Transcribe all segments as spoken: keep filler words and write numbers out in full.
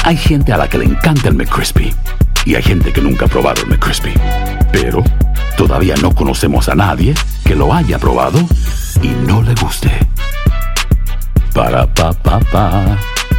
Hay gente a la que le encanta el McCrispy y hay gente que nunca ha probado el McCrispy. Pero todavía no conocemos a nadie que lo haya probado y no le guste. Para pa pa pa.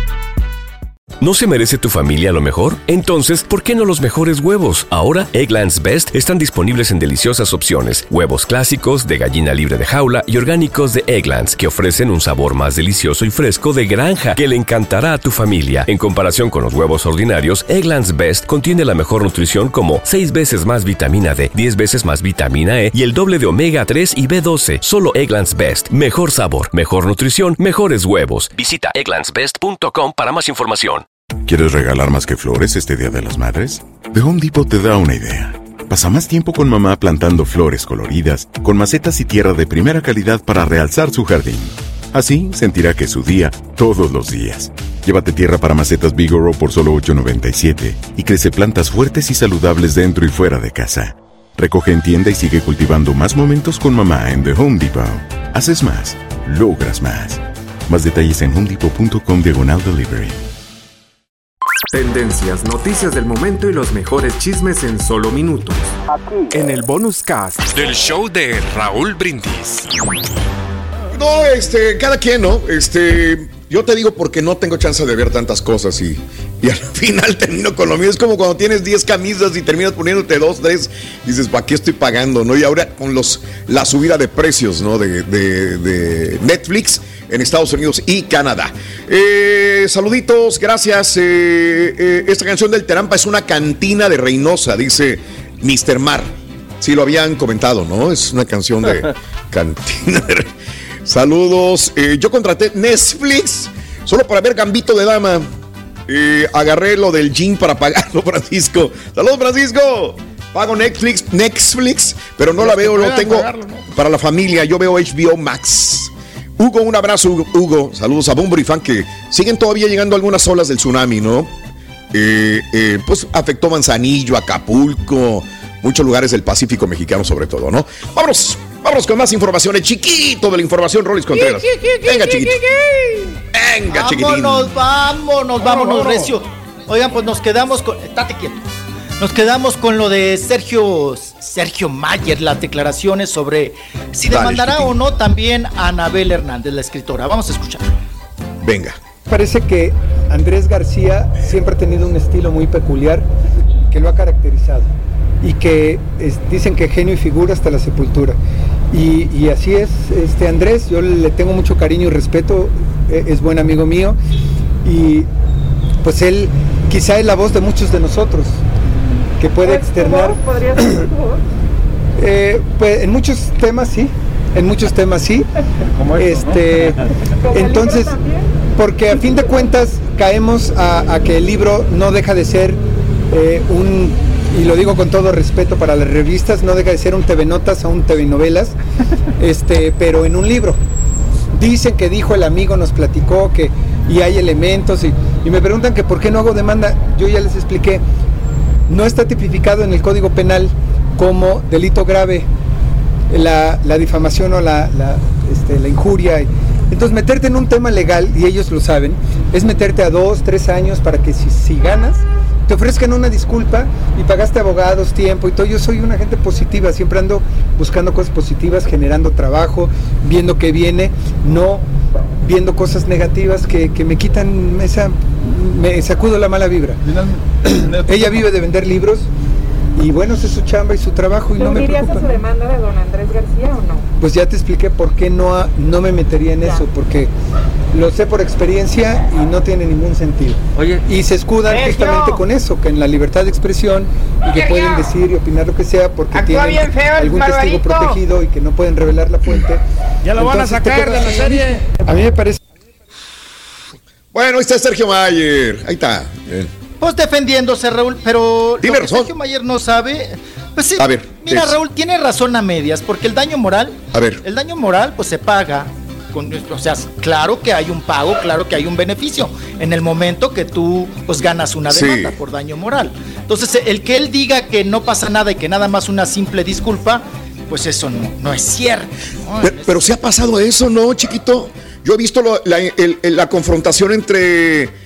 ¿No se merece tu familia lo mejor? Entonces, ¿por qué no los mejores huevos? Ahora, Eggland's Best están disponibles en deliciosas opciones. Huevos clásicos, de gallina libre de jaula y orgánicos de Eggland's, que ofrecen un sabor más delicioso y fresco de granja que le encantará a tu familia. En comparación con los huevos ordinarios, Eggland's Best contiene la mejor nutrición como seis veces más vitamina D, diez veces más vitamina E y el doble de omega tres y B doce. Solo Eggland's Best. Mejor sabor, mejor nutrición, mejores huevos. Visita egglands best punto com para más información. ¿Quieres regalar más que flores este Día de las Madres? The Home Depot te da una idea. Pasa más tiempo con mamá plantando flores coloridas, con macetas y tierra de primera calidad para realzar su jardín. Así sentirá que es su día todos los días. Llévate tierra para macetas Bigoro por solo ocho noventa y siete y crece plantas fuertes y saludables dentro y fuera de casa. Recoge en tienda y sigue cultivando más momentos con mamá en The Home Depot. Haces más, logras más. Más detalles en homedepot punto com diagonal delivery. Tendencias, noticias del momento y los mejores chismes en solo minutos. Aquí, en el Bonus Cast del show de Raúl Brindis. No, este, cada quien, ¿no? Este, yo te digo porque no tengo chance de ver tantas cosas y, y al final termino con lo mío. Es como cuando tienes diez camisas y terminas poniéndote dos, tres, dices, ¿para qué estoy pagando, no? Y ahora con los la subida de precios, ¿no? De, de, de Netflix en Estados Unidos y Canadá. Eh, saluditos, gracias. Eh, eh, esta canción del Terampa es una cantina de Reynosa, dice mister Mar. Sí, lo habían comentado, ¿no? Es una canción de cantina de Reynosa. Saludos. Eh, yo contraté Netflix solo para ver Gambito de Dama. Eh, agarré lo del gym para pagarlo, Francisco. Saludos, Francisco. Pago Netflix, Netflix, pero no la veo, lo tengo pagarlo, ¿no? Para la familia. Yo veo H B O Max. Hugo, un abrazo, Hugo. Saludos a Bumbo y Fan, que siguen todavía llegando algunas olas del tsunami, ¿no? Eh, eh, pues afectó Manzanillo, Acapulco, muchos lugares del Pacífico mexicano sobre todo, ¿no? Vámonos, vámonos con más información. El chiquito de la información, Rolis Contreras. Venga, chiquito. Venga, chiquitín. Vámonos, vámonos, vámonos, recio. Oigan, pues nos quedamos con... Estate quieto. Nos quedamos con lo de Sergio Sergio Mayer, las declaraciones sobre si demandará o no también a Anabel Hernández, la escritora. Vamos a escucharlo. Venga. Parece que Andrés García siempre ha tenido un estilo muy peculiar que lo ha caracterizado y que es, dicen que genio y figura hasta la sepultura. Y, y así es, este Andrés, yo le tengo mucho cariño y respeto, es buen amigo mío y pues él quizá es la voz de muchos de nosotros que puede externar. ¿Podría ser tu voz? Eh, pues en muchos temas sí, en muchos temas sí. Como eso, este, ¿no? Entonces, porque a fin de cuentas caemos a, a que el libro no deja de ser eh, un, y lo digo con todo respeto para las revistas, no deja de ser un T V Notas o un T V Novelas, este, pero en un libro. Dicen que dijo el amigo, nos platicó que y hay elementos y, y me preguntan que por qué no hago demanda. Yo ya les expliqué. No está tipificado en el Código Penal como delito grave la, la difamación o la, la, este, la injuria. Entonces meterte en un tema legal, y ellos lo saben, es meterte a dos, tres años para que si, si ganas, te ofrezcan una disculpa y pagaste abogados, tiempo y todo. Yo soy una gente positiva, siempre ando buscando cosas positivas, generando trabajo, viendo qué viene, no viendo cosas negativas que, que me quitan esa, me sacudo la mala vibra. Ella vive de vender libros y bueno, esa es su chamba y su trabajo y no me preocupa. ¿Tú dirías a su demanda de don Andrés García o no? Pues ya te expliqué por qué no, no me metería en ya. eso, porque lo sé por experiencia y no tiene ningún sentido. Oye, y se escudan Sergio. justamente con eso, que en la libertad de expresión y que Sergio. pueden decir y opinar lo que sea porque Actúa tienen algún testigo protegido y que no pueden revelar la fuente. Ya lo Entonces, van a sacar de la serie. A mí me parece. Bueno, ahí está Sergio Mayer. Ahí está. Bien. Pues defendiéndose, Raúl, pero Tiene lo que razón. Sergio Mayer no sabe. Pues sí, a ver, mira, es... Raúl tiene razón a medias, porque el daño moral, a ver. el daño moral, pues se paga. Con, o sea, claro que hay un pago, claro que hay un beneficio en el momento que tú pues ganas una demanda sí. por daño moral. Entonces, el que él diga que no pasa nada y que nada más una simple disculpa, pues eso no, no es cierto, ¿no? Pero, pero sí ha pasado eso, ¿no, chiquito? Yo he visto lo, la, el, el, la confrontación entre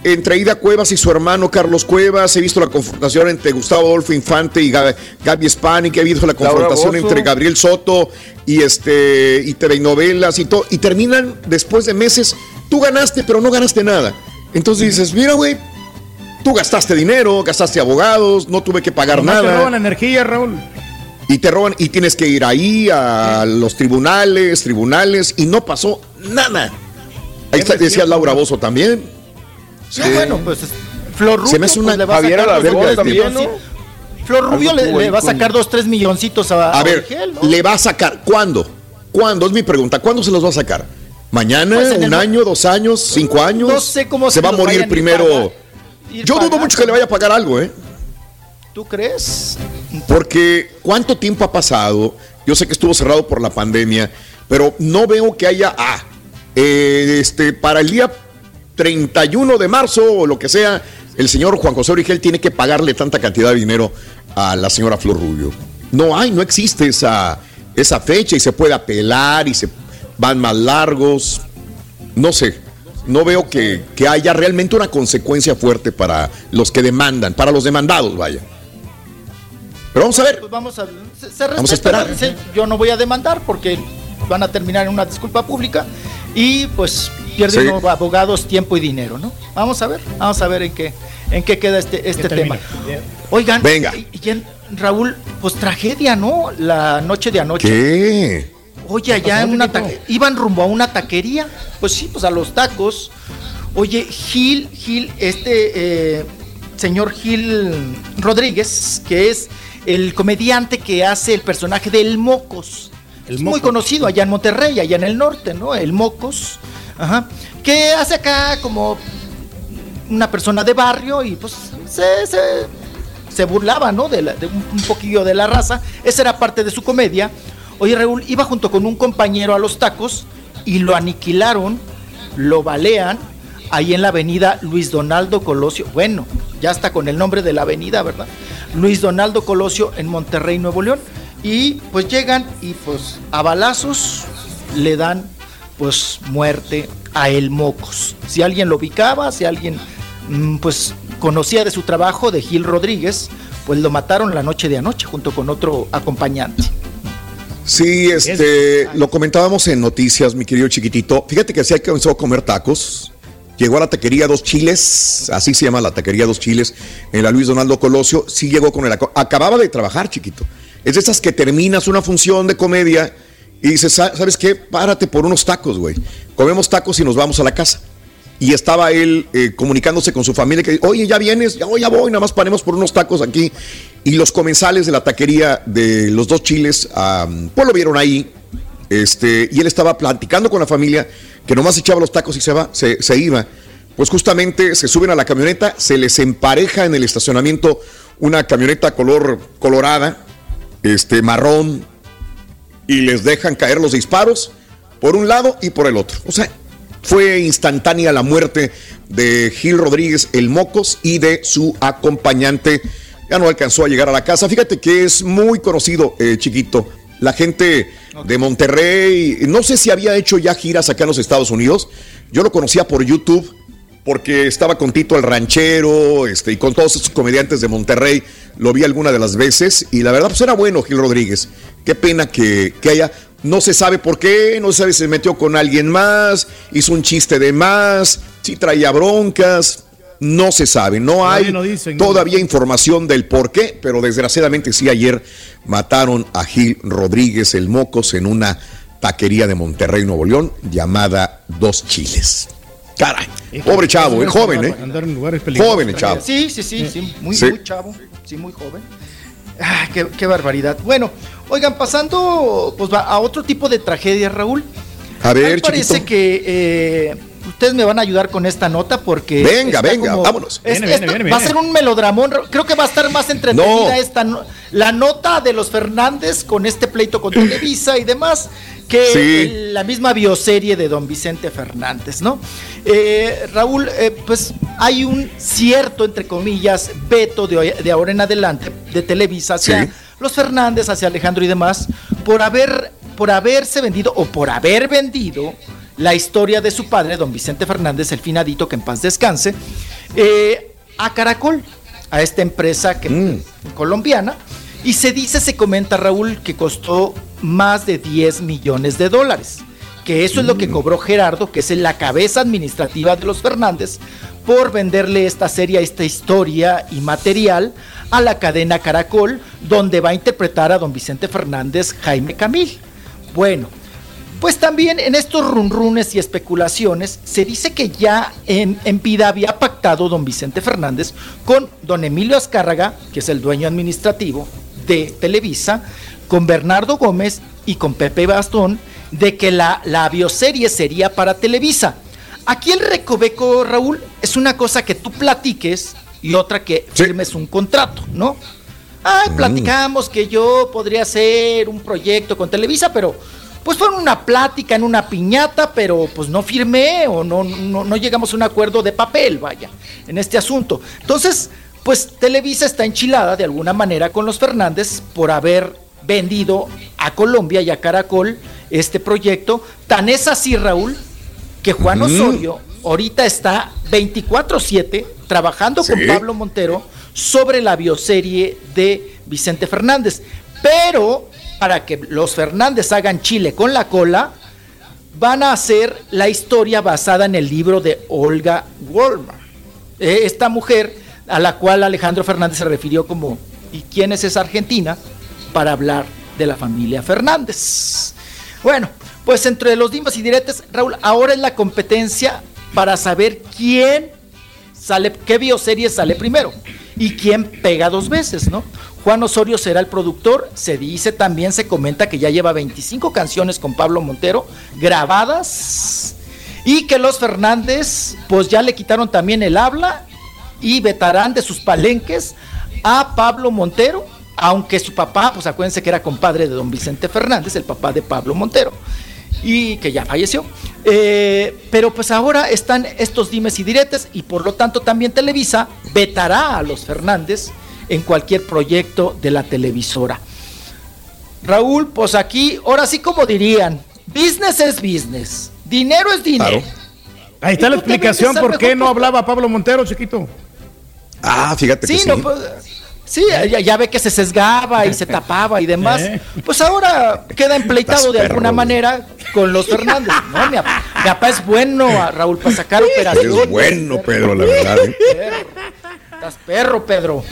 entre Ida Cuevas y su hermano Carlos Cuevas. He visto la confrontación entre Gustavo Adolfo Infante y Gaby Spanik. He visto la confrontación entre Gabriel Soto y este y T V novelas y todo. Y terminan después de meses. Tú ganaste, pero no ganaste nada. Entonces dices, mira, güey, tú gastaste dinero, gastaste abogados, no tuve que pagar Nomás nada. te roban la energía, Raúl. Y te roban y tienes que ir ahí a los tribunales, tribunales, y no pasó nada. Ahí está, decía Laura Bozo también. Sí. No, bueno, pues Flor Rubio, se me hace una pues, le va a sacar la dos, también, ¿no? Flor Rubio le, le va a sacar dos, tres milloncitos a, a, a ver, Origel, ¿no? Le va a sacar, ¿cuándo? ¿Cuándo? Es mi pregunta, ¿cuándo se los va a sacar? ¿Mañana? Pues ¿Un el... año? ¿Dos años? ¿Cinco no, años? No sé cómo se, se va a morir primero. Yo dudo mucho que le vaya a pagar algo, ¿eh? ¿Tú crees? Porque ¿cuánto tiempo ha pasado? Yo sé que estuvo cerrado por la pandemia, pero no veo que haya, ah, eh, este, para el día treinta y uno de marzo o lo que sea, el señor Juan José Origel tiene que pagarle tanta cantidad de dinero a la señora Flor Rubio. No hay, no existe esa, esa fecha y se puede apelar y se van más largos. No sé, no veo que, que haya realmente una consecuencia fuerte para los que demandan, para los demandados, vaya. Pero vamos a ver. Pues vamos a, se, se vamos a esperar. Dice, yo no voy a demandar porque van a terminar en una disculpa pública y pues pierden sí. abogados tiempo y dinero, ¿no? Vamos a ver, vamos a ver en qué, en qué queda este, este tema. Oigan, venga. Y, y, Raúl, pues tragedia, ¿no? La noche de anoche. ¿Qué? Oye, allá en una ta- iban rumbo a una taquería, pues sí, pues a los tacos. Oye, Gil, Gil, este eh, señor Gil Rodríguez, que es el comediante que hace el personaje de El Mocos. El es Mocos. Muy conocido allá en Monterrey, allá en el norte, ¿no? El Mocos, ajá, que hace acá como una persona de barrio y pues se, se, se burlaba, ¿no? De, la, de un, un poquillo de la raza. Esa era parte de su comedia. Oye, Raúl, iba junto con un compañero a los tacos y lo aniquilaron, lo balean ahí en la avenida Luis Donaldo Colosio. Bueno, ya está con el nombre de la avenida, ¿verdad? Luis Donaldo Colosio en Monterrey, Nuevo León. Y pues llegan y pues a balazos le dan pues muerte a El Mocos. Si alguien lo ubicaba, si alguien mmm, pues conocía de su trabajo, de Gil Rodríguez, pues lo mataron la noche de anoche junto con otro acompañante. Sí, este, lo comentábamos en noticias, mi querido chiquitito. Fíjate que sí comenzó a comer tacos. Llegó a la taquería Dos Chiles, así se llama la taquería Dos Chiles, en la Luis Donaldo Colosio. Sí llegó con el... Acababa de trabajar, chiquito. Es de esas que terminas una función de comedia y dices, ¿sabes qué? Párate por unos tacos, güey. Comemos tacos y nos vamos a la casa. Y estaba él eh, comunicándose con su familia que, oye, ya vienes, ya, oh, ya voy, nada más paremos por unos tacos aquí. Y los comensales de la taquería de los Dos Chiles, um, pues lo vieron ahí. Este, y él estaba platicando con la familia, que nomás echaba los tacos y se va, se, se iba. Pues justamente se suben a la camioneta, se les empareja en el estacionamiento una camioneta color colorada, este, marrón, y les dejan caer los disparos por un lado y por el otro. O sea, fue instantánea la muerte de Gil Rodríguez, El Mocos, y de su acompañante. Ya no alcanzó a llegar a la casa. Fíjate que es muy conocido, eh, chiquito. La gente de Monterrey, no sé si había hecho ya giras acá en los Estados Unidos. Yo lo conocía por YouTube, porque estaba con Tito el Ranchero, este, y con todos esos comediantes de Monterrey. Lo vi alguna de las veces, y la verdad, pues era bueno Gil Rodríguez. Qué pena que, que haya... No se sabe por qué, no se sabe si se metió con alguien más, hizo un chiste de más, si traía broncas, no se sabe, no hay no dicen, todavía no. información del por qué, pero desgraciadamente sí, ayer mataron a Gil Rodríguez, El Mocos, en una taquería de Monterrey, Nuevo León, llamada Dos Chiles. Caray, pobre chavo, eh, joven, ¿eh? Joven el chavo. Sí, sí, sí, sí, muy, sí. muy chavo, sí, muy joven. Ah, qué, qué barbaridad. Bueno, oigan, pasando pues a otro tipo de tragedia, Raúl. A ver, me parece chiquito. que eh, ustedes me van a ayudar con esta nota porque venga, venga, como, vámonos. Es, viene, esta, viene, viene, va a ser un melodramón. Creo que va a estar más entretenida no. esta no, la nota de los Fernández con este pleito con Televisa y demás que sí. el, la misma bioserie de don Vicente Fernández, ¿no? Eh, Raúl, eh, pues hay un cierto, entre comillas, veto de, de ahora en adelante de Televisa hacia sí. los Fernández, hacia Alejandro y demás, por haber, por haberse vendido o por haber vendido la historia de su padre, don Vicente Fernández, el finadito, que en paz descanse, eh, a Caracol, a esta empresa que, mm. colombiana, y se dice, se comenta, Raúl, que costó más de diez millones de dólares, que eso mm. es lo que cobró Gerardo, que es la cabeza administrativa de los Fernández, por venderle esta serie, esta historia y material a la cadena Caracol, donde va a interpretar a don Vicente Fernández Jaime Camil. Bueno, pues también en estos runrunes y especulaciones se dice que ya en, en vida había pactado don Vicente Fernández con don Emilio Azcárraga, que es el dueño administrativo de Televisa, con Bernardo Gómez y con Pepe Bastón, de que la, la bioserie sería para Televisa. Aquí el recoveco, Raúl, es una cosa que tú platiques y otra que firmes sí. un contrato, ¿no? Ay, platicamos que yo podría hacer un proyecto con Televisa, pero pues fue una plática en una piñata, pero pues no firmé o no, no, no llegamos a un acuerdo de papel, vaya, en este asunto. Entonces, pues Televisa está enchilada de alguna manera con los Fernández por haber vendido a Colombia y a Caracol este proyecto. Tan es así, Raúl, que Juan Osorio mm. ahorita está veinticuatro siete trabajando ¿Sí? con Pablo Montero sobre la bioserie de Vicente Fernández. Pero para que los Fernández hagan chile con la cola, van a hacer la historia basada en el libro de Olga Wolmer, eh, esta mujer a la cual Alejandro Fernández se refirió como ¿y quién es esa argentina? Para hablar de la familia Fernández. Bueno, pues entre los dimes y diretes, Raúl, ahora es la competencia para saber quién sale, qué bioserie sale primero y quién pega dos veces, ¿no? Juan Osorio será el productor, se dice también, se comenta que ya lleva veinticinco canciones con Pablo Montero grabadas y que los Fernández pues ya le quitaron también el habla y vetarán de sus palenques a Pablo Montero, aunque su papá, pues acuérdense que era compadre de don Vicente Fernández, el papá de Pablo Montero, y que ya falleció, eh, pero pues ahora están estos dimes y diretes y por lo tanto también Televisa vetará a los Fernández en cualquier proyecto de la televisora. Raúl, pues aquí, ahora sí como dirían, business es business, dinero es dinero. Claro. Ahí está la explicación por qué no hablaba Pablo Montero, chiquito. Ah, fíjate sí, que sí. No, pues, sí, ya, ya ve que se sesgaba y se tapaba y demás. ¿Eh? Pues ahora queda empleitado de alguna perro. manera con los Fernández. No, mi papá, mi papá es bueno, Raúl, para sacar operaciones. Es bueno, Pedro, la verdad. ¿eh? Estás perro, Pedro.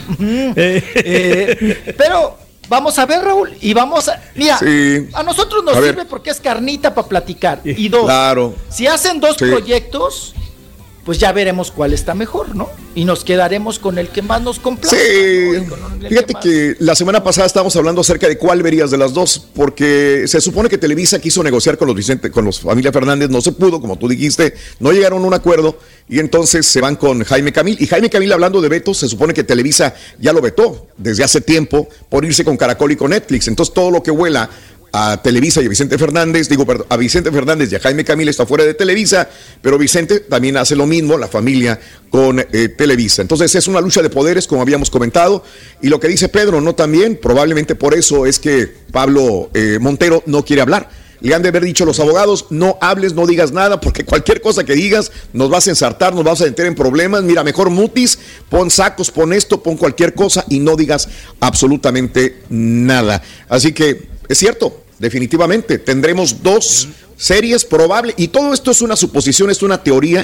eh, pero vamos a ver, Raúl, y vamos a... Mira, sí. a nosotros nos a sirve ver. porque es carnita para platicar. Y dos, claro. si hacen dos sí. proyectos... pues ya veremos cuál está mejor, ¿no? Y nos quedaremos con el que más nos complace. Sí, ¿no? Fíjate que, que la semana pasada estábamos hablando acerca de cuál verías de las dos, porque se supone que Televisa quiso negociar con los Vicente, con los familia Fernández, no se pudo, como tú dijiste, no llegaron a un acuerdo, y entonces se van con Jaime Camil, y Jaime Camil, hablando de vetos, se supone que Televisa ya lo vetó desde hace tiempo por irse con Caracol y con Netflix, entonces todo lo que vuela a Televisa y a Vicente Fernández, digo, perdón, a Vicente Fernández y a Jaime Camil está fuera de Televisa, pero Vicente también hace lo mismo, la familia con eh, Televisa. Entonces es una lucha de poderes, como habíamos comentado, y lo que dice Pedro, no también, probablemente por eso es que Pablo eh, Montero no quiere hablar. Le han de haber dicho los abogados, no hables, no digas nada, porque cualquier cosa que digas nos vas a ensartar, nos vas a meter en problemas. Mira, mejor mutis, pon sacos, pon esto, pon cualquier cosa y no digas absolutamente nada. Así que es cierto, definitivamente, tendremos dos series probables, y todo esto es una suposición, es una teoría,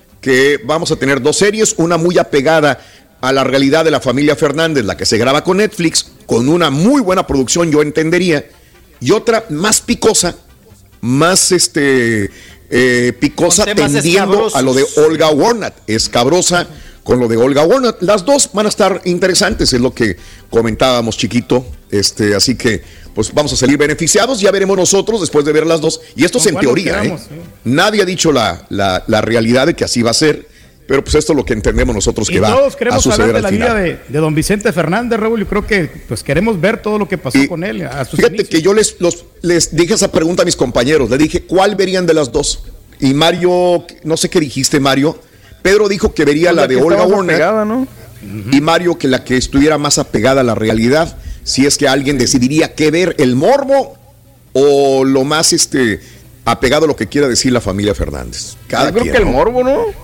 que vamos a tener dos series, una muy apegada a la realidad de la familia Fernández, la que se graba con Netflix, con una muy buena producción, yo entendería, y otra más picosa, más este eh, picosa, tendiendo a lo de Olga Warnat, escabrosa con lo de Olga Warnat. Las dos van a estar interesantes, es lo que comentábamos, chiquito, este, así que pues vamos a salir beneficiados, ya veremos nosotros después de ver las dos, y esto es en teoría, queramos, ¿eh? ¿eh? Nadie ha dicho la, la, la realidad de que así va a ser, pero pues esto es lo que entendemos nosotros que y va a suceder. Todos queremos saber de la vida de, de don Vicente Fernández, Raúl, yo creo que pues queremos ver todo lo que pasó y con él a sus fíjate inicios. Que yo les, los, les dije esa pregunta a mis compañeros, les dije, ¿cuál verían de las dos? Y Mario, no sé qué dijiste, Mario, Pedro dijo que vería la, la de Olga Warner, ¿no? Y Mario que la que estuviera más apegada a la realidad, si es que alguien decidiría qué ver, el morbo o lo más este apegado a lo que quiera decir la familia Fernández. Cada Yo creo quien, que el ¿no? morbo, ¿no?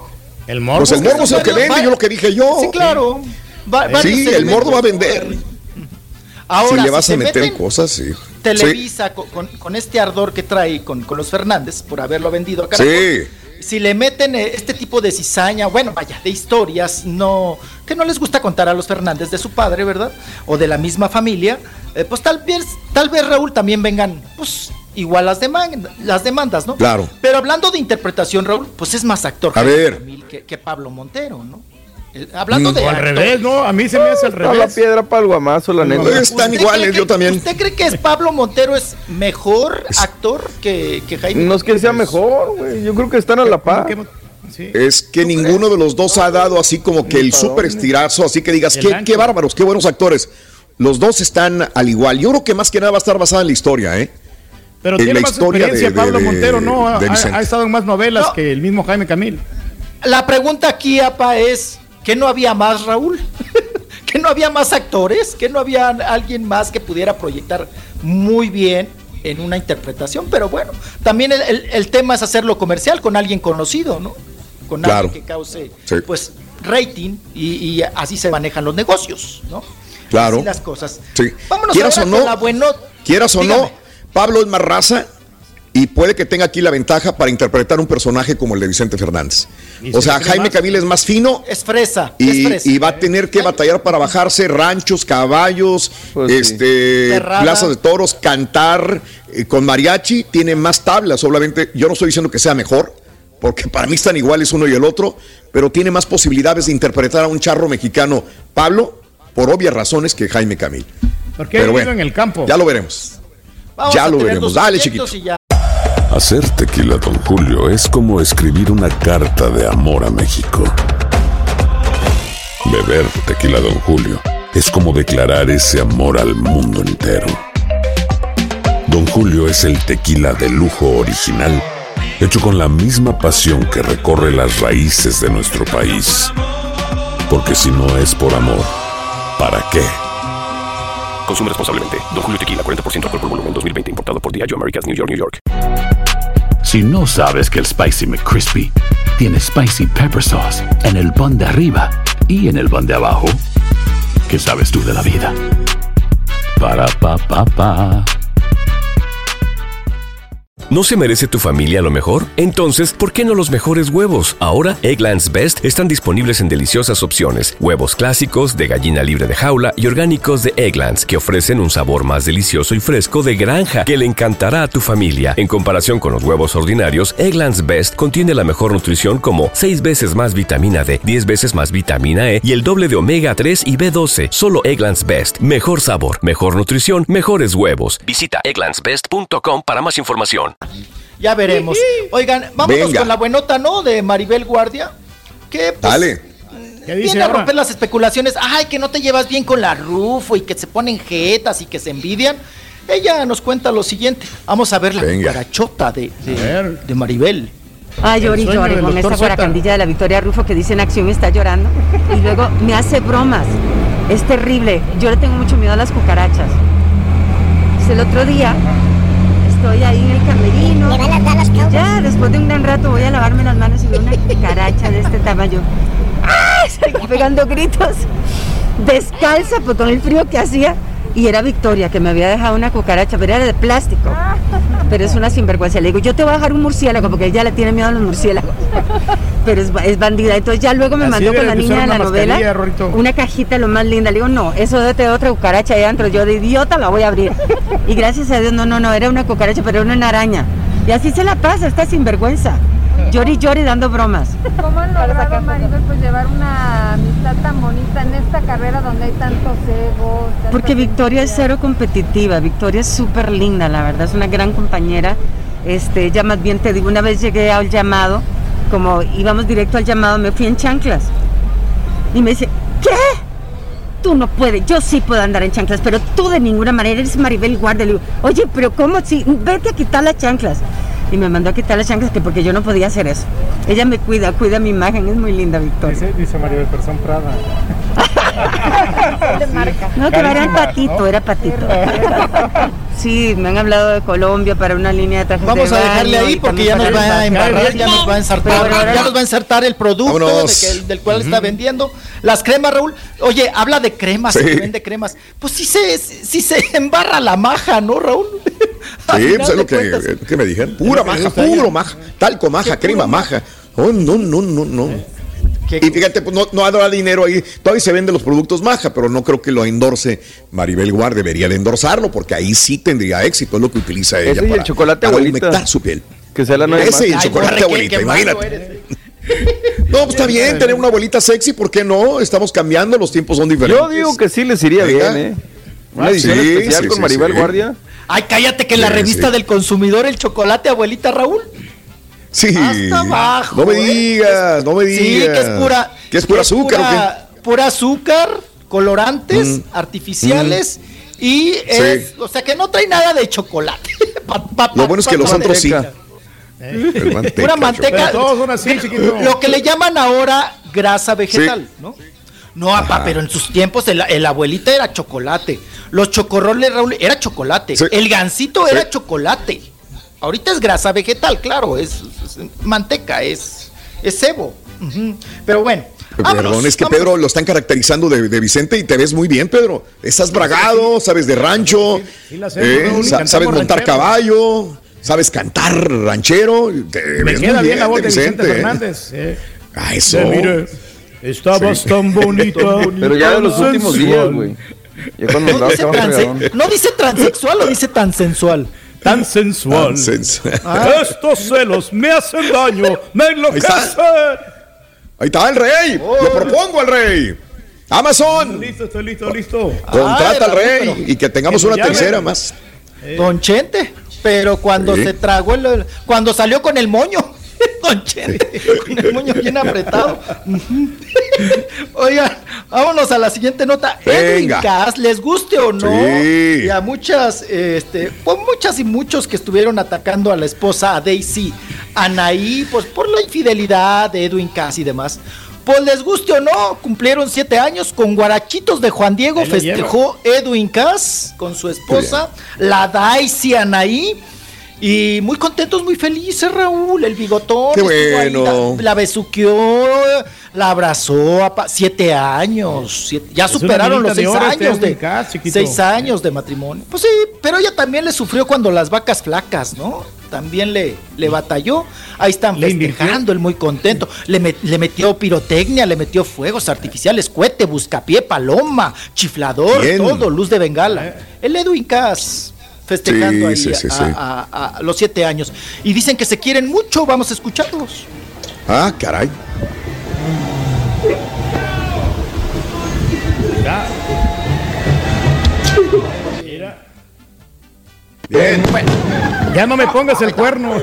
El morbo. Pues el morbo es lo que vende, yo lo que dije yo. Sí, claro. Va, sí, el morbo va a vender. Ahora, si le vas si a meter meten cosas, sí. Televisa sí. Con, con, con este ardor que trae con, con los Fernández por haberlo vendido a Caracol. Sí. Si le meten este tipo de cizaña, bueno, vaya, de historias no que no les gusta contar a los Fernández de su padre, ¿verdad? O de la misma familia, eh, pues tal vez, tal vez Raúl también vengan, pues igual las demandas, las demandas, ¿no? Claro. Pero hablando de interpretación, Raúl, pues es más actor a ver. Que, que Pablo Montero, ¿no? Eh, hablando mm, de al revés, ¿no? A mí se me hace al revés. la piedra para el guamazo, la neta. Están iguales, que, yo también. ¿Usted cree que es Pablo Montero es mejor actor que, que Jaime? No es que sea mejor, güey. Yo creo que están a la par. Sí. Es que ninguno de los dos ha dado así como que el súper estirazo, así que digas, qué, qué bárbaros, qué buenos actores. Los dos están al igual. Yo creo que más que nada va a estar basada en la historia, ¿eh? Pero en tiene más experiencia de, Pablo de, Montero, ¿no? Ha, ha estado en más novelas no. que el mismo Jaime Camil. La pregunta aquí, Apa, es ¿que no había más, Raúl? ¿Que no había más actores? ¿Que no había alguien más que pudiera proyectar muy bien en una interpretación? Pero bueno, también el, el, el tema es hacerlo comercial con alguien conocido, ¿no? Con claro. alguien que cause, sí. pues, rating y, y así se manejan los negocios, ¿no? Claro. Así las cosas. Sí. Vámonos quieras ahora o no, con la bueno... Quieras o Dígame. no, Pablo es más raza y puede que tenga aquí la ventaja para interpretar un personaje como el de Vicente Fernández. O sea, Jaime Camil es más fino. Es fresa. Y, es fresa. y va a tener que batallar para bajarse ranchos, caballos, pues este, sí. plazas de toros, cantar eh, con mariachi. Tiene más tablas, obviamente. Yo no estoy diciendo que sea mejor, porque para mí están iguales uno y el otro, pero tiene más posibilidades de interpretar a un charro mexicano, Pablo, por obvias razones, que Jaime Camil. Porque él vive en el campo. Ya lo veremos. Vamos ya lo veremos. Dale, chiquito. Hacer tequila Don Julio es como escribir una carta de amor a México. Beber tequila Don Julio es como declarar ese amor al mundo entero. Don Julio es el tequila de lujo original, hecho con la misma pasión que recorre las raíces de nuestro país. Porque si no es por amor, ¿para qué? Consume responsablemente. Don Julio Tequila, cuarenta por ciento alcohol por volumen, dos mil veinte, importado por Diageo Americas, New York, New York. Si no sabes que el Spicy McCrispy tiene Spicy Pepper Sauce en el pan de arriba y en el pan de abajo, ¿qué sabes tú de la vida? Para, pa, pa, pa. ¿No se merece tu familia lo mejor? Entonces, ¿por qué no los mejores huevos? Ahora, Eggland's Best están disponibles en deliciosas opciones. Huevos clásicos, de gallina libre de jaula y orgánicos de Eggland's, que ofrecen un sabor más delicioso y fresco de granja, que le encantará a tu familia. En comparación con los huevos ordinarios, Eggland's Best contiene la mejor nutrición como seis veces más vitamina D, diez veces más vitamina E y el doble de omega tres y B doce. Solo Eggland's Best. Mejor sabor, mejor nutrición, mejores huevos. Visita egglands best punto com para más información. Ya veremos. Oigan, vámonos Venga. con la buenota, ¿no? De Maribel Guardia. Que pues, Dale. ¿Qué dice viene ahora? A romper las especulaciones. Ay, que no te llevas bien con la Rufo y que se ponen jetas y que se envidian. Ella nos cuenta lo siguiente. Vamos a ver la cucarachota de, de, de Maribel. Ay, llori, llori, con esa guaracandilla de la Victoria Rufo que dice en acción está llorando. Y luego me hace bromas. Es terrible. Yo le tengo mucho miedo a las cucarachas. Pues el otro día estoy ahí en el camerino. Y ya, después de un gran rato voy a lavarme las manos y veo una cucaracha de este tamaño. ¡Ay! Salí pegando gritos. Descalza, pues con el frío que hacía. Y era Victoria, que me había dejado una cucaracha, pero era de plástico. Pero es una sinvergüenza. Le digo, yo te voy a dejar un murciélago, porque ella le tiene miedo a los murciélagos. Pero es, es bandida. Entonces ya luego me Así mandó con la niña de la novela Rorito. Una cajita lo más linda. Le digo, no, eso debe tener otra cucaracha ahí adentro. Yo de idiota la voy a abrir. Y gracias a Dios, no, no, no, era una cucaracha, pero era una araña. Y así se la pasa, esta sinvergüenza. Llori, llori, dando bromas. ¿Cómo han logrado, Maribel, pues llevar una amistad tan bonita en esta carrera donde hay tantos egos? Porque Victoria es cero competitiva, Victoria es súper linda, la verdad, es una gran compañera. Este, ella más bien, te digo, una vez llegué al llamado, como íbamos directo al llamado, me fui en chanclas. Y me dice, ¿qué? Tú no puedes, yo sí puedo andar en chanclas, pero tú de ninguna manera eres Maribel Guardia. Le digo, oye, pero ¿cómo? Si, vete a quitar las chanclas. Y me mandó a quitar las chanclas que porque yo no podía hacer eso. Ella me cuida, cuida mi imagen, es muy linda, Victoria. Dice, dice Maribel, pero son Prada. De marca. No, que era el patito, era patito. Sí, me han hablado de Colombia para una línea de trajes Vamos de a dejarle baño ahí y porque también ya nos para va a el embarrar, ya nos va a ensartar, Pero- ya nos va a ensartar el producto de Vámonos. que el- del cual está vendiendo. Las cremas, Raúl. Oye, habla de cremas, Sí. que vende cremas. Pues sí se, sí se embarra la maja, ¿no, Raúl? Al Sí, final pues es lo de que, cuentas. que me dijeron. Pura maja, puro maja. Talco, maja, ¿Qué crema, puro maja. Oh, no, no, no, no. ¿Qué Y fíjate, pues no, no habrá dinero ahí. Todavía se venden los productos maja, pero no creo que lo endorse Maribel Guardia. Debería de endorsarlo porque ahí sí tendría éxito. Es lo que utiliza ella Ese y para, el chocolate para abuelita. humectar su piel. Que sea la nueva Ese y el Ay, chocolate Borre, qué- abuelita, qué malo imagínate. eres. No, pues está bien tener una abuelita sexy, ¿por qué no? Estamos cambiando, los tiempos son diferentes. Yo digo que sí les iría Venga. bien, ¿eh? Una edición Sí, especial sí, con sí, Maribel sí. Guardia. Ay, cállate que en la Sí, revista sí. del consumidor el chocolate, abuelita Raúl. Sí. Hasta abajo. No me ¿eh? digas, no me digas. Sí, que es pura. Que es pura azúcar, pura, pura azúcar, colorantes artificiales y es, o sea que no trae nada de chocolate. Pa- pa- Lo bueno es que pa- los pa- otros sí. manteca. El manteca, Pura manteca. Pero todos son así, chiquito. Lo que le llaman ahora grasa vegetal, ¿no? No, apa, pero en sus tiempos el, el abuelita era chocolate. Los chocorroles, Raúl, era chocolate. Sí. El gansito Sí. era chocolate. Ahorita es grasa vegetal, claro, es, es manteca, es, es cebo. Ujú. Pero bueno. Perdón, vámonos, es que vámonos. Pedro lo están caracterizando de, de Vicente y te ves muy bien, Pedro. Estás bragado, sabes de rancho, sí la hacemos, eh, Raúl, sa- cantamos sabes montar ranchero. caballo, sabes cantar ranchero. Te Me ves queda muy bien la voz de Vicente ¿eh? Fernández. eh. Ah, eso. Eh, mire, estabas Sí. tan bonita. Pero ya de los tan últimos sensual. días, güey. Ya cuando No andaba dice, estaba transe- regadón. no dice transexual o dice tan sensual. Tan sensual. Tan sensual. Estos celos me hacen daño, me enloquecen. Ahí está el rey. Lo propongo al rey. Amazon. Listo, estoy listo, listo. Contrata Ay, al rey Raúl, pero- y que tengamos que nos una llamen. tercera más. Don Chente, pero cuando Sí. se tragó el, el- cuando salió con el moño, Don Chente, con el moño bien apretado. Ujú. Oigan, vámonos a la siguiente nota. Edwin Venga. Cass, les guste o no, Sí. y a muchas, este, pues muchas y muchos que estuvieron atacando a la esposa, a Daisy Anaí, pues por la infidelidad de Edwin Cass y demás. Pues les guste o no, cumplieron siete años con guarachitos de Juan Diego, Ahí lo festejó Edwin Cass con su esposa, la Daisy Anaí. Y muy contentos, muy felices, Raúl. El bigotón. Qué estuvo ahí, bueno. La, la besuqueó, la abrazó. apa- siete años. siete- ya Es una superaron los minita de seis oro este años de Edwin Cass, chiquito. seis años de matrimonio. Pues sí, pero ella también le sufrió cuando las vacas flacas, ¿no? También le, le batalló. Ahí están Le invirtió. festejando, él muy contento. Le, met- le metió pirotecnia, le metió fuegos artificiales, cohete, buscapié, paloma, chiflador, Bien. todo, luz de bengala. El Edwin Cass festejando Sí, ahí sí, sí, a, sí. a- a- a los siete años. Y dicen que se quieren mucho, vamos a escucharlos. Ah, caray. Ya. Mira. Bien. Ya no me pongas el cuerno.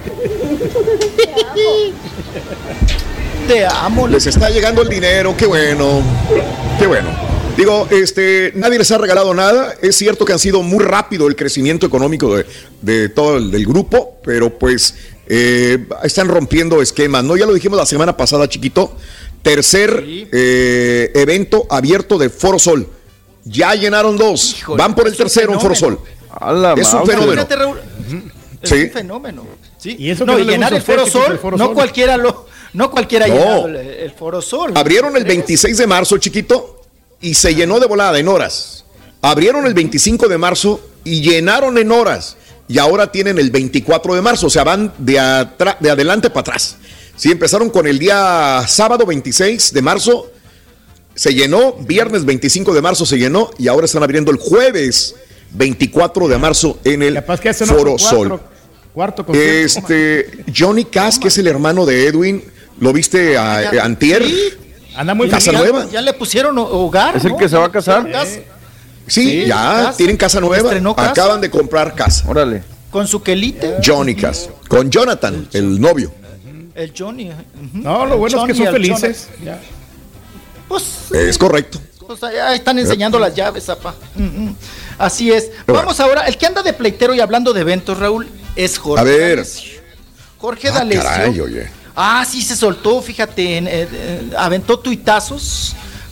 Te amo. Les está llegando el dinero, qué bueno. Qué bueno. Digo, este, nadie les ha regalado nada. Es cierto que han sido muy rápido el crecimiento económico de, de todo el del grupo, pero pues eh, están rompiendo esquemas, ¿no? Ya lo dijimos la semana pasada, chiquito. Tercer Sí. eh, evento abierto de Foro Sol. Ya llenaron dos. Híjole, Van por el es un tercero en Foro Sol. fenómeno. A la Es un Mauser. fenómeno. Fíjate, Raúl, es Sí. un fenómeno. ¿sí? Y eso no, que y no le llenar gusta el a usted, Foro chiquito, Sol, el Foro no Sol. cualquiera lo, no cualquiera ha No. llenado el, el Foro Sol. Abrieron el veintiséis de marzo, chiquito, y se llenó de volada en horas. Abrieron el veinticinco de marzo y llenaron en horas. Y ahora tienen el veinticuatro de marzo, o sea, van de, atra- de adelante para atrás. Sí, empezaron con el día sábado veintiséis de marzo, se llenó, viernes veinticinco de marzo se llenó y ahora están abriendo el jueves veinticuatro de marzo en el Capaz que hacen Foro otro cuatro, Sol. Cuarto concierto. Este, Johnny Cass, que es el hermano de Edwin, ¿lo viste a, Ya- a Antier? sí, Anda muy Casa ya, feliz. nueva. ya le pusieron ho- hogar. ¿Es el ¿no? que se va a casar? Casa, Sí, Sí, ya casa. tienen casa nueva. Estrenó casa. Acaban de comprar casa. Órale. Con su quelite, Johnny Cass. Con Jonathan, el novio. el Johnny. ujú. No, lo bueno Johnny, es que son el felices. Ya. Jonathan. Pues, Es correcto. pues allá están enseñando las llaves, zapa. Ujú. Así es. bueno. Vamos ahora, el que anda de pleitero y hablando de eventos, Raúl, es Jorge. A ver. D'Alessio. Jorge Ah, D'Alessio. caray, oye. Ah, sí se soltó, fíjate, en, eh, eh, aventó tuitazos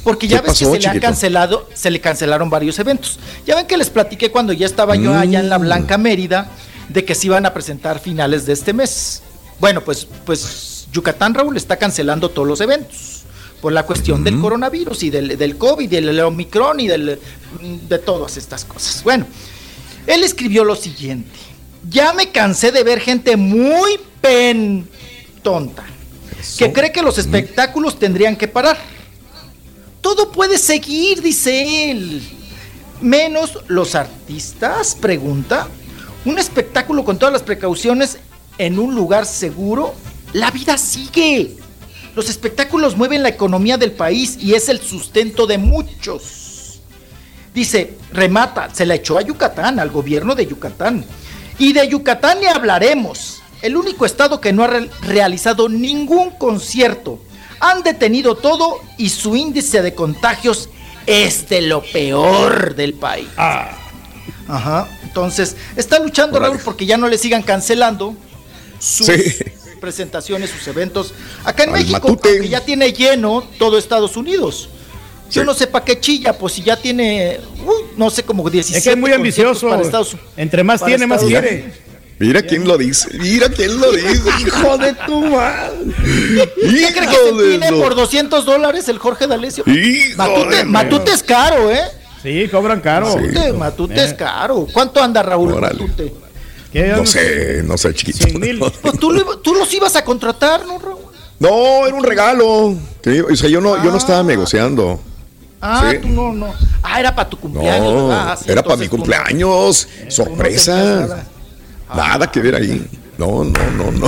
Porque ya ves pasó, que se le chiquito? ha cancelado, se le cancelaron varios eventos. Ya ven que les platiqué cuando ya estaba yo allá en la Blanca Mérida, de que se iban a presentar finales de este mes. Bueno, pues, pues Yucatán, Raúl, está cancelando todos los eventos por la cuestión del coronavirus y del, del COVID, y del Omicron y del, de todas estas cosas. Bueno, él escribió lo siguiente: ya me cansé de ver gente muy pen tonta, que cree que los espectáculos tendrían que parar. Todo puede seguir, dice él. Menos los artistas, pregunta. Un espectáculo con todas las precauciones en un lugar seguro. La vida sigue. Los espectáculos mueven la economía del país y es el sustento de muchos. Dice, remata, se la echó a Yucatán, al gobierno de Yucatán. Y de Yucatán ni hablaremos. El único estado que no ha re- realizado ningún concierto. Han detenido todo y su índice de contagios es de lo peor del país. Ah. Ajá. Entonces, está luchando, Raúl, porque ya no le sigan cancelando sus sí. presentaciones, sus eventos. Acá en Al México, Matute. Aunque ya tiene lleno todo Estados Unidos. Yo sí. no sé para qué chilla, pues si ya tiene, uh, no sé, como diecisiete. Es que es muy ambicioso. Para Estados, Entre más tiene, Estados más Unidos. quiere. Mira quién lo dice, mira quién lo dice, hijo de tu madre. ¿Qué crees que se tiene por doscientos dólares el Jorge D'Alessio? Matute, Matute es caro, ¿eh? Sí, cobran caro. Matute, Matute eh. es caro. ¿Cuánto anda, Raúl? Órale. Matute? ¿Qué? No sé, no sé, chiquito. No. Pues tú, tú los ibas a contratar, ¿no, Raúl? No, era un regalo. O sea, yo no, ah. yo no estaba negociando. Ah, sí. tú no, no. Ah, era para tu cumpleaños, no, ¿verdad? Sí, era para mi cumpleaños. No, sorpresa. No Nada que ver ahí. No, no, no, no.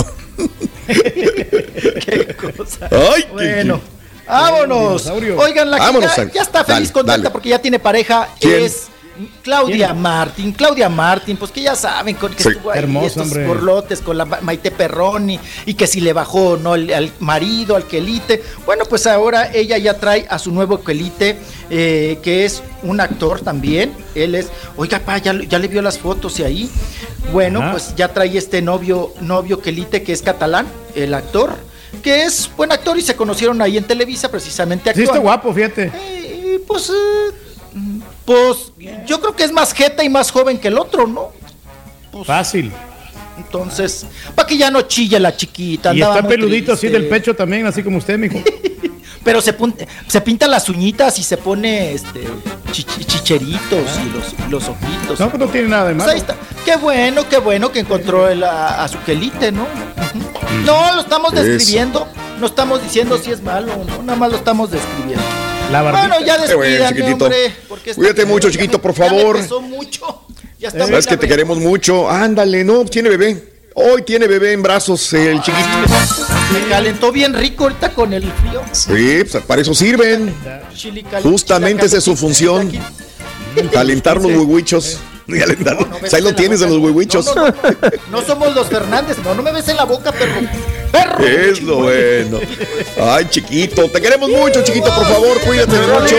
Qué cosa. Ay, bueno, qué... vámonos. Oigan, la vámonos, que ya, ya está feliz, dale, contenta dale. porque ya tiene pareja. ¿Quién? Es Claudia ¿Quién? Martín. Claudia Martín, pues que ya saben con que sí. estuvo ahí Hermoso, estos hombre. borlotes con la Maite Perroni y que si le bajó no el, al marido, al quelite. Bueno, pues ahora ella ya trae a su nuevo quelite, eh, que es un actor también. Él es, oiga, pa, ya, ya le vio las fotos y ahí. Bueno, Ajá. pues ya trae este novio, novio quelite que es catalán, el actor, que es buen actor y se conocieron ahí en Televisa precisamente actuando. Sí, está guapo, fíjate. Eh, pues, eh, pues, yo creo que es más jeta y más joven que el otro, ¿no? Pues, fácil. Entonces, para que ya no chille la chiquita. Y está peludito triste. Así del pecho también, así como usted, mijo. Pero se, pon, se pinta las uñitas y se pone este chich, chicheritos ah. y los, los ojitos. No, pues no tiene nada de malo. Pues ahí está. Qué bueno, qué bueno que encontró el, a, a su quelite, ¿no? Uh-huh. No, lo estamos describiendo. Eso. No estamos diciendo si es malo o no, nada más lo estamos describiendo. La bueno, ya despídame, bueno, hombre. Cuídate mucho, chiquito, por favor. Ya me mucho. Ya está. Sabes que te queremos mucho. Ándale, no, tiene bebé. Hoy tiene bebé en brazos eh, el chiquito. Me calentó bien rico ahorita con el frío. Sí, pues para eso sirven. Justamente esa es su función. Calentar los huehuichos. No, no pues ahí lo tienes en los huehuichos. No, no, no, no somos los Fernández. No, no me ves en la boca, perro. Perro. Es lo bueno. Ay, chiquito. Te queremos mucho, chiquito. Por favor, cuídate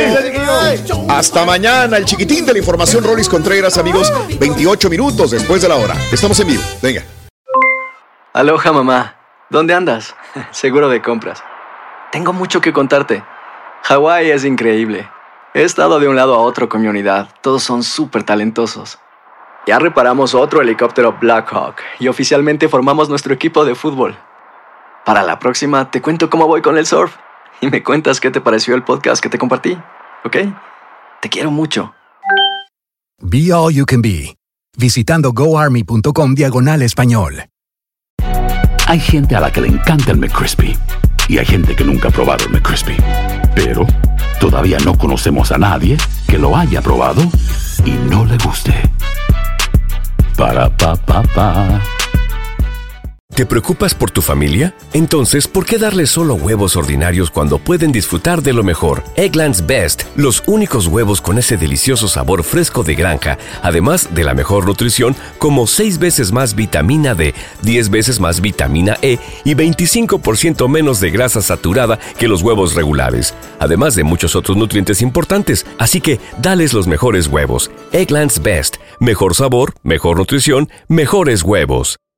mucho. Hasta mañana. El chiquitín de la información, Rolis Contreras, amigos. veintiocho minutos después de la hora. Estamos en vivo. Venga. Aloha, mamá. ¿Dónde andas? Seguro de compras. Tengo mucho que contarte. Hawái es increíble. He estado de un lado a otro con mi unidad. Todos son súper talentosos. Ya reparamos otro helicóptero Blackhawk y oficialmente formamos nuestro equipo de fútbol. Para la próxima te cuento cómo voy con el surf y me cuentas qué te pareció el podcast que te compartí, ¿ok? Te quiero mucho. Be All You Can Be. Visitando goarmy.com diagonal español. Hay gente a la que le encanta el McCrispy y hay gente que nunca ha probado el McCrispy. Pero todavía no conocemos a nadie que lo haya probado y no le guste. Para pa pa pa. ¿Te preocupas por tu familia? Entonces, ¿por qué darles solo huevos ordinarios cuando pueden disfrutar de lo mejor? Eggland's Best, los únicos huevos con ese delicioso sabor fresco de granja, además de la mejor nutrición, como seis veces más vitamina D, diez veces más vitamina E y veinticinco por ciento menos de grasa saturada que los huevos regulares, además de muchos otros nutrientes importantes. Así que, dales los mejores huevos. Eggland's Best, mejor sabor, mejor nutrición, mejores huevos.